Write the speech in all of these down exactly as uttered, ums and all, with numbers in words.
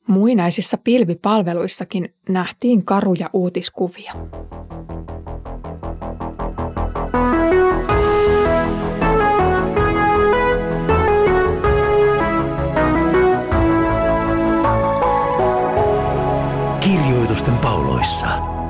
Muinaisissa pilvipalveluissakin nähtiin karuja uutiskuvia. Kirjoitusten pauloissa.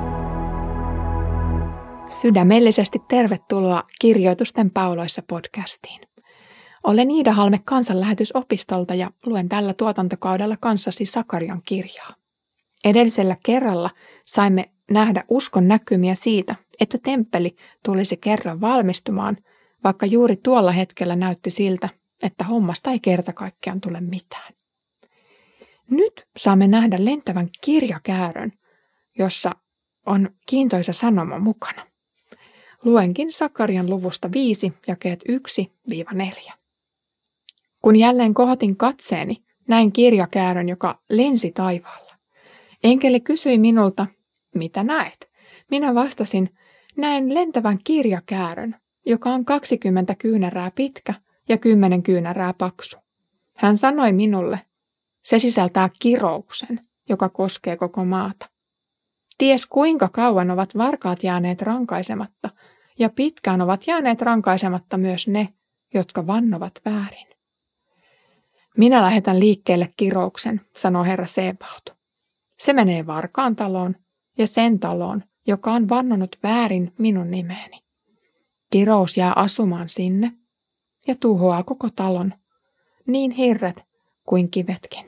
Sydämellisesti tervetuloa Kirjoitusten pauloissa podcastiin. Olen Iida Halme Kansanlähetysopistolta ja luen tällä tuotantokaudella kanssasi Sakarian kirjaa. Edellisellä kerralla saimme nähdä uskon näkymiä siitä, että temppeli tulisi kerran valmistumaan, vaikka juuri tuolla hetkellä näytti siltä, että hommasta ei kerta kaikkiaan tule mitään. Nyt saamme nähdä lentävän kirjakäärön, jossa on kiintoisa sanoma mukana. Luenkin Sakarian luvusta viisi, jakeet yksi neljä. Kun jälleen kohotin katseeni, näin kirjakäärön, joka lensi taivaalla. Enkeli kysyi minulta, mitä näet? Minä vastasin, näen lentävän kirjakäärön, joka on kaksikymmentä kyynärää pitkä ja kymmenen kyynärää paksu. Hän sanoi minulle, se sisältää kirouksen, joka koskee koko maata. Ties kuinka kauan ovat varkaat jääneet rankaisematta, ja pitkään ovat jääneet rankaisematta myös ne, jotka vannovat väärin. Minä lähetän liikkeelle kirouksen, sanoo Herra Sebaot. Se menee varkaan taloon ja sen taloon, joka on vannonut väärin minun nimeeni. Kirous jää asumaan sinne ja tuhoaa koko talon, niin hirret kuin kivetkin.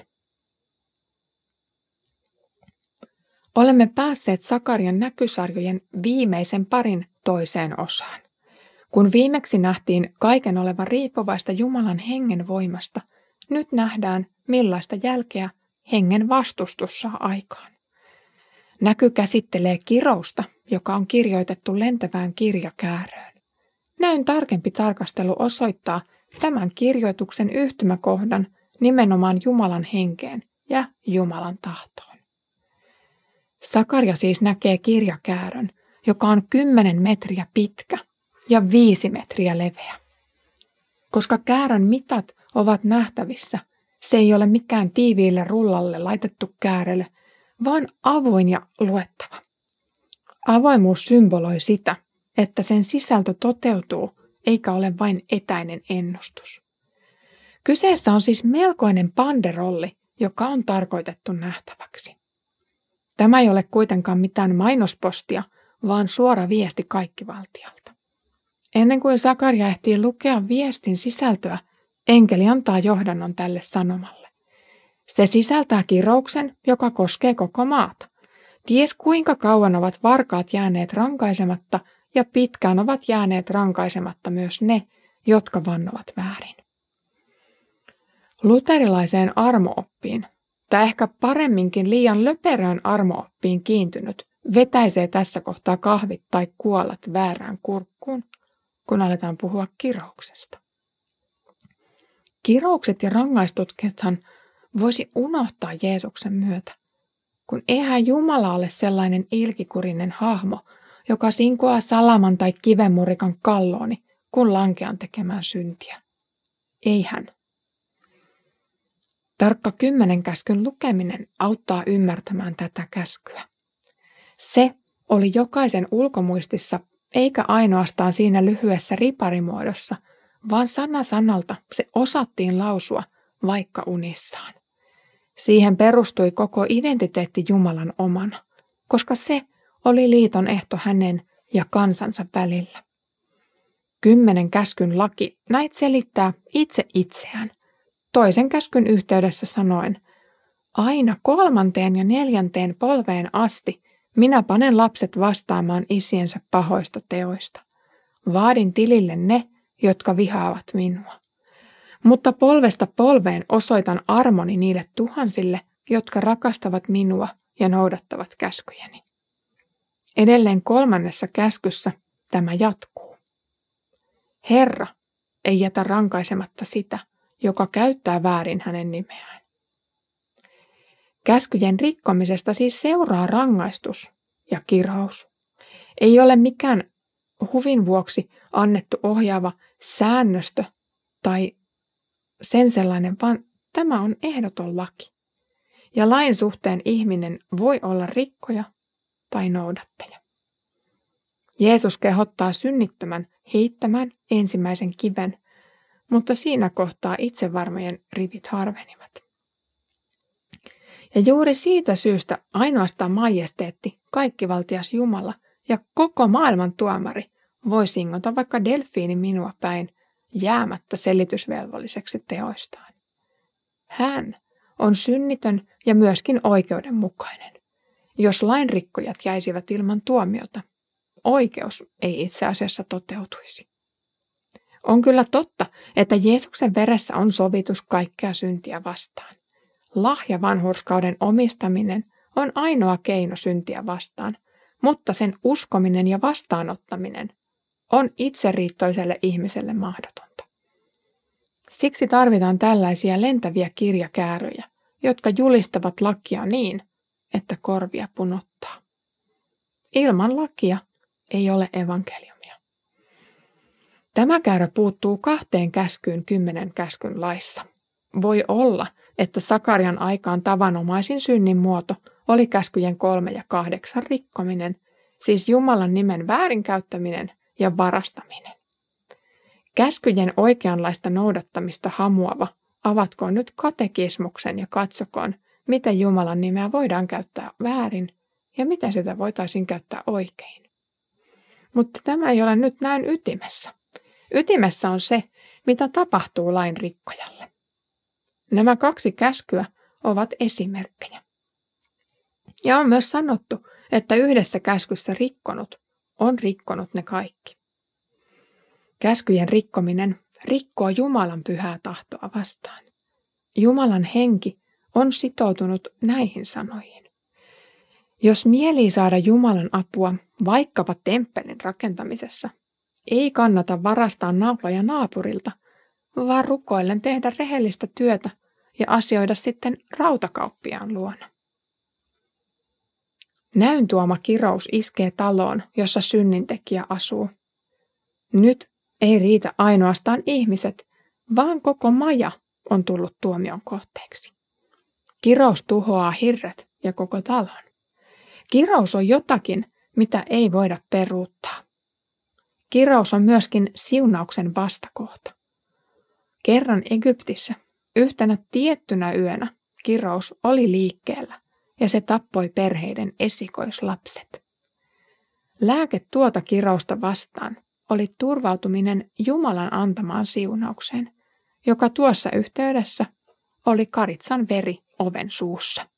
Olemme päässeet Sakarian näkysarjojen viimeisen parin toiseen osaan. Kun viimeksi nähtiin kaiken olevan riippuvaista Jumalan hengen voimasta, nyt nähdään millaista jälkeä hengen vastustus saa aikaan. Näky käsittelee kirousta, joka on kirjoitettu lentävään kirjakääröön. Näyn tarkempi tarkastelu osoittaa tämän kirjoituksen yhtymäkohdan nimenomaan Jumalan henkeen ja Jumalan tahtoon. Sakaria siis näkee kirjakäärön, joka on kymmenen metriä pitkä ja viisi metriä leveä. Koska käärön mitat ovat nähtävissä, se ei ole mikään tiiviille rullalle laitettu käärölle, vaan avoin ja luettava. Avoimuus symboloi sitä, että sen sisältö toteutuu, eikä ole vain etäinen ennustus. Kyseessä on siis melkoinen banderolli, joka on tarkoitettu nähtäväksi. Tämä ei ole kuitenkaan mitään mainospostia, vaan suora viesti kaikkivaltialta. Ennen kuin Sakaria ehtii lukea viestin sisältöä, enkeli antaa johdannon tälle sanomalle. Se sisältää kirouksen, joka koskee koko maata. Ties kuinka kauan ovat varkaat jääneet rankaisematta ja pitkään ovat jääneet rankaisematta myös ne, jotka vannovat väärin. Luterilaiseen armooppiin, tai ehkä paremminkin liian löperöön armooppiin kiintynyt, vetäisee tässä kohtaa kahvit tai kuolat väärään kurkkuun, kun aletaan puhua kirouksesta. Kiroukset ja rangaistutkethan voisi unohtaa Jeesuksen myötä, kun eihän Jumala ole sellainen ilkikurinen hahmo, joka sinkoaa salaman tai kivenmurikan kallooni, kun lankean tekemään syntiä. Ei hän. Tarkka kymmenen käskyn lukeminen auttaa ymmärtämään tätä käskyä. Se oli jokaisen ulkomuistissa, eikä ainoastaan siinä lyhyessä riparimuodossa, vaan sana sanalta se osattiin lausua vaikka unissaan. Siihen perustui koko identiteetti Jumalan omana, koska se oli liiton ehto hänen ja kansansa välillä. Kymmenen käskyn laki näit selittää itse itseään, toisen käskyn yhteydessä sanoen, aina kolmanteen ja neljänteen polveen asti minä panen lapset vastaamaan isiensä pahoista teoista. Vaadin tilille ne, jotka vihaavat minua. Mutta polvesta polveen osoitan armoni niille tuhansille, jotka rakastavat minua ja noudattavat käskyjeni. Edelleen kolmannessa käskyssä tämä jatkuu. Herra ei jätä rankaisematta sitä, joka käyttää väärin hänen nimeään. Käskyjen rikkomisesta siis seuraa rangaistus ja kirous. Ei ole mikään huvin vuoksi annettu ohjaava säännöstö tai sen sellainen, vaan tämä on ehdoton laki. ja lain suhteen ihminen voi olla rikkoja tai noudattaja. Jeesus kehottaa synnittömän heittämään ensimmäisen kiven, mutta siinä kohtaa itsevarmojen rivit harvenivat. Ja juuri siitä syystä ainoastaan majesteetti, kaikkivaltias Jumala ja koko maailman tuomari voi singota vaikka delfiini minua päin jäämättä selitysvelvolliseksi teoistaan. Hän on synnitön ja myöskin oikeudenmukainen. Jos lainrikkojat jäisivät ilman tuomiota, oikeus ei itse asiassa toteutuisi. On kyllä totta, että Jeesuksen veressä on sovitus kaikkea syntiä vastaan. Lahja vanhurskauden omistaminen on ainoa keino syntiä vastaan, mutta sen uskominen ja vastaanottaminen on itseriittoiselle ihmiselle mahdotonta. Siksi tarvitaan tällaisia lentäviä kirjakääröjä, jotka julistavat lakia niin, että korvia punottaa. Ilman lakia ei ole evankeliumia. Tämä käärö puuttuu kahteen käskyyn kymmenen käskyn laissa. Voi olla, että Sakarian aikaan tavanomaisin synnin muoto oli käskyjen kolme ja kahdeksan rikkominen, siis Jumalan nimen väärinkäyttäminen ja varastaminen. Käskyjen oikeanlaista noudattamista hamuava, avatkoon nyt katekismuksen ja katsokoon, miten Jumalan nimeä voidaan käyttää väärin ja miten sitä voitaisiin käyttää oikein. Mutta tämä ei ole nyt näin ytimessä. Ytimessä on se, mitä tapahtuu lain rikkojalle. Nämä kaksi käskyä ovat esimerkkejä. Ja on myös sanottu, että yhdessä käskyssä rikkonut on rikkonut ne kaikki. Käskyjen rikkominen rikkoo Jumalan pyhää tahtoa vastaan. Jumalan henki on sitoutunut näihin sanoihin. Jos mielii saada Jumalan apua vaikkapa temppelin rakentamisessa, ei kannata varastaa nauloja naapurilta, vaan rukoillen tehdä rehellistä työtä ja asioida sitten rautakauppiaan luona. Näyn tuoma kirous iskee taloon, jossa synnintekijä asuu. Nyt ei riitä ainoastaan ihmiset, vaan koko maja on tullut tuomion kohteeksi. Kirous tuhoaa hirret ja koko talon. Kirous on jotakin, mitä ei voida peruuttaa. Kirous on myöskin siunauksen vastakohta. Kerran Egyptissä yhtenä tiettynä yönä kirous oli liikkeellä ja se tappoi perheiden esikoislapset. Lääke tuota kirousta vastaan oli turvautuminen Jumalan antamaan siunaukseen, joka tuossa yhteydessä oli karitsan veri oven suussa.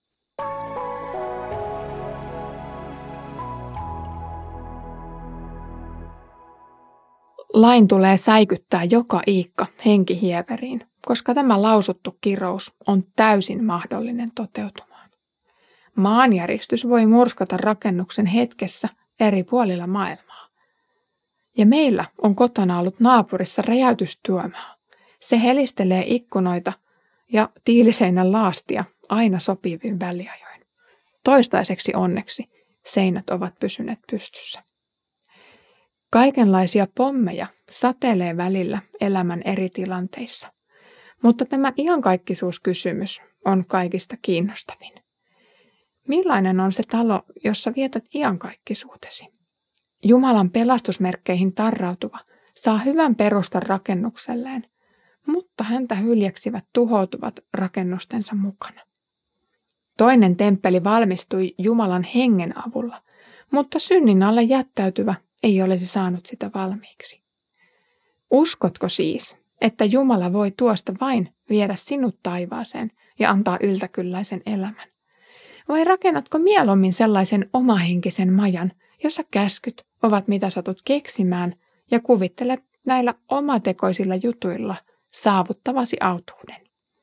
Lain tulee säikyttää joka iikka henkihieveriin, koska tämä lausuttu kirous on täysin mahdollinen toteutumaan. Maanjäristys voi murskata rakennuksen hetkessä eri puolilla maailmaa. Ja meillä on kotona ollut naapurissa räjäytystyömaa. Se helistelee ikkunoita ja tiiliseinän laastia aina sopivin väliajoin. Toistaiseksi onneksi seinät ovat pysyneet pystyssä. Kaikenlaisia pommeja satelee välillä elämän eri tilanteissa, mutta tämä iankaikkisuuskysymys on kaikista kiinnostavin. Millainen on se talo, jossa vietät iankaikkisuutesi? Jumalan pelastusmerkkeihin tarrautuva saa hyvän perustan rakennukselleen, mutta häntä hyljeksivät tuhoutuvat rakennustensa mukana. Toinen temppeli valmistui Jumalan hengen avulla, mutta synnin alle jättäytyvä ei olisi saanut sitä valmiiksi. Uskotko siis, että Jumala voi tuosta vain viedä sinut taivaaseen ja antaa yltäkylläisen elämän? Vai rakennatko mieluummin sellaisen omahenkisen majan, jossa käskyt ovat mitä satut keksimään ja kuvittelet näillä omatekoisilla jutuilla saavuttavasi autuuden?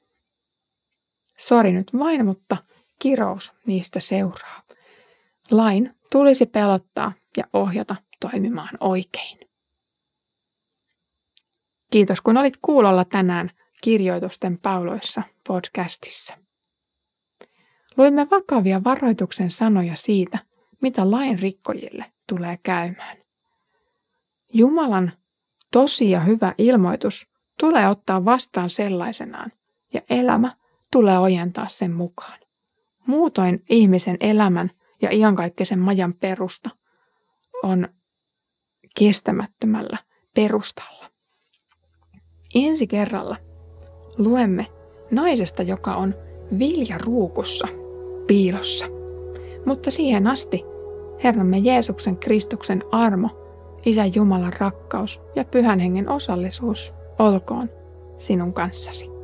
Sori nyt vain, mutta kirous niistä seuraa. Lain tulisi pelottaa ja ohjata toimimaan oikein. Kiitos kun olit kuulolla tänään Kirjoitusten pauloissa podcastissa. Luimme vakavia varoituksen sanoja siitä, mitä lain rikkojille tulee käymään. Jumalan tosi ja hyvä ilmoitus tulee ottaa vastaan sellaisenaan ja elämä tulee ojentaa sen mukaan. Muutoin ihmisen elämän ja iankaikkisen majan perusta on kestämättömällä perustalla. Ensi kerralla luemme naisesta, joka on viljaruukussa piilossa. Mutta siihen asti Herramme Jeesuksen Kristuksen armo, Isän Jumalan rakkaus ja Pyhän Hengen osallisuus olkoon sinun kanssasi.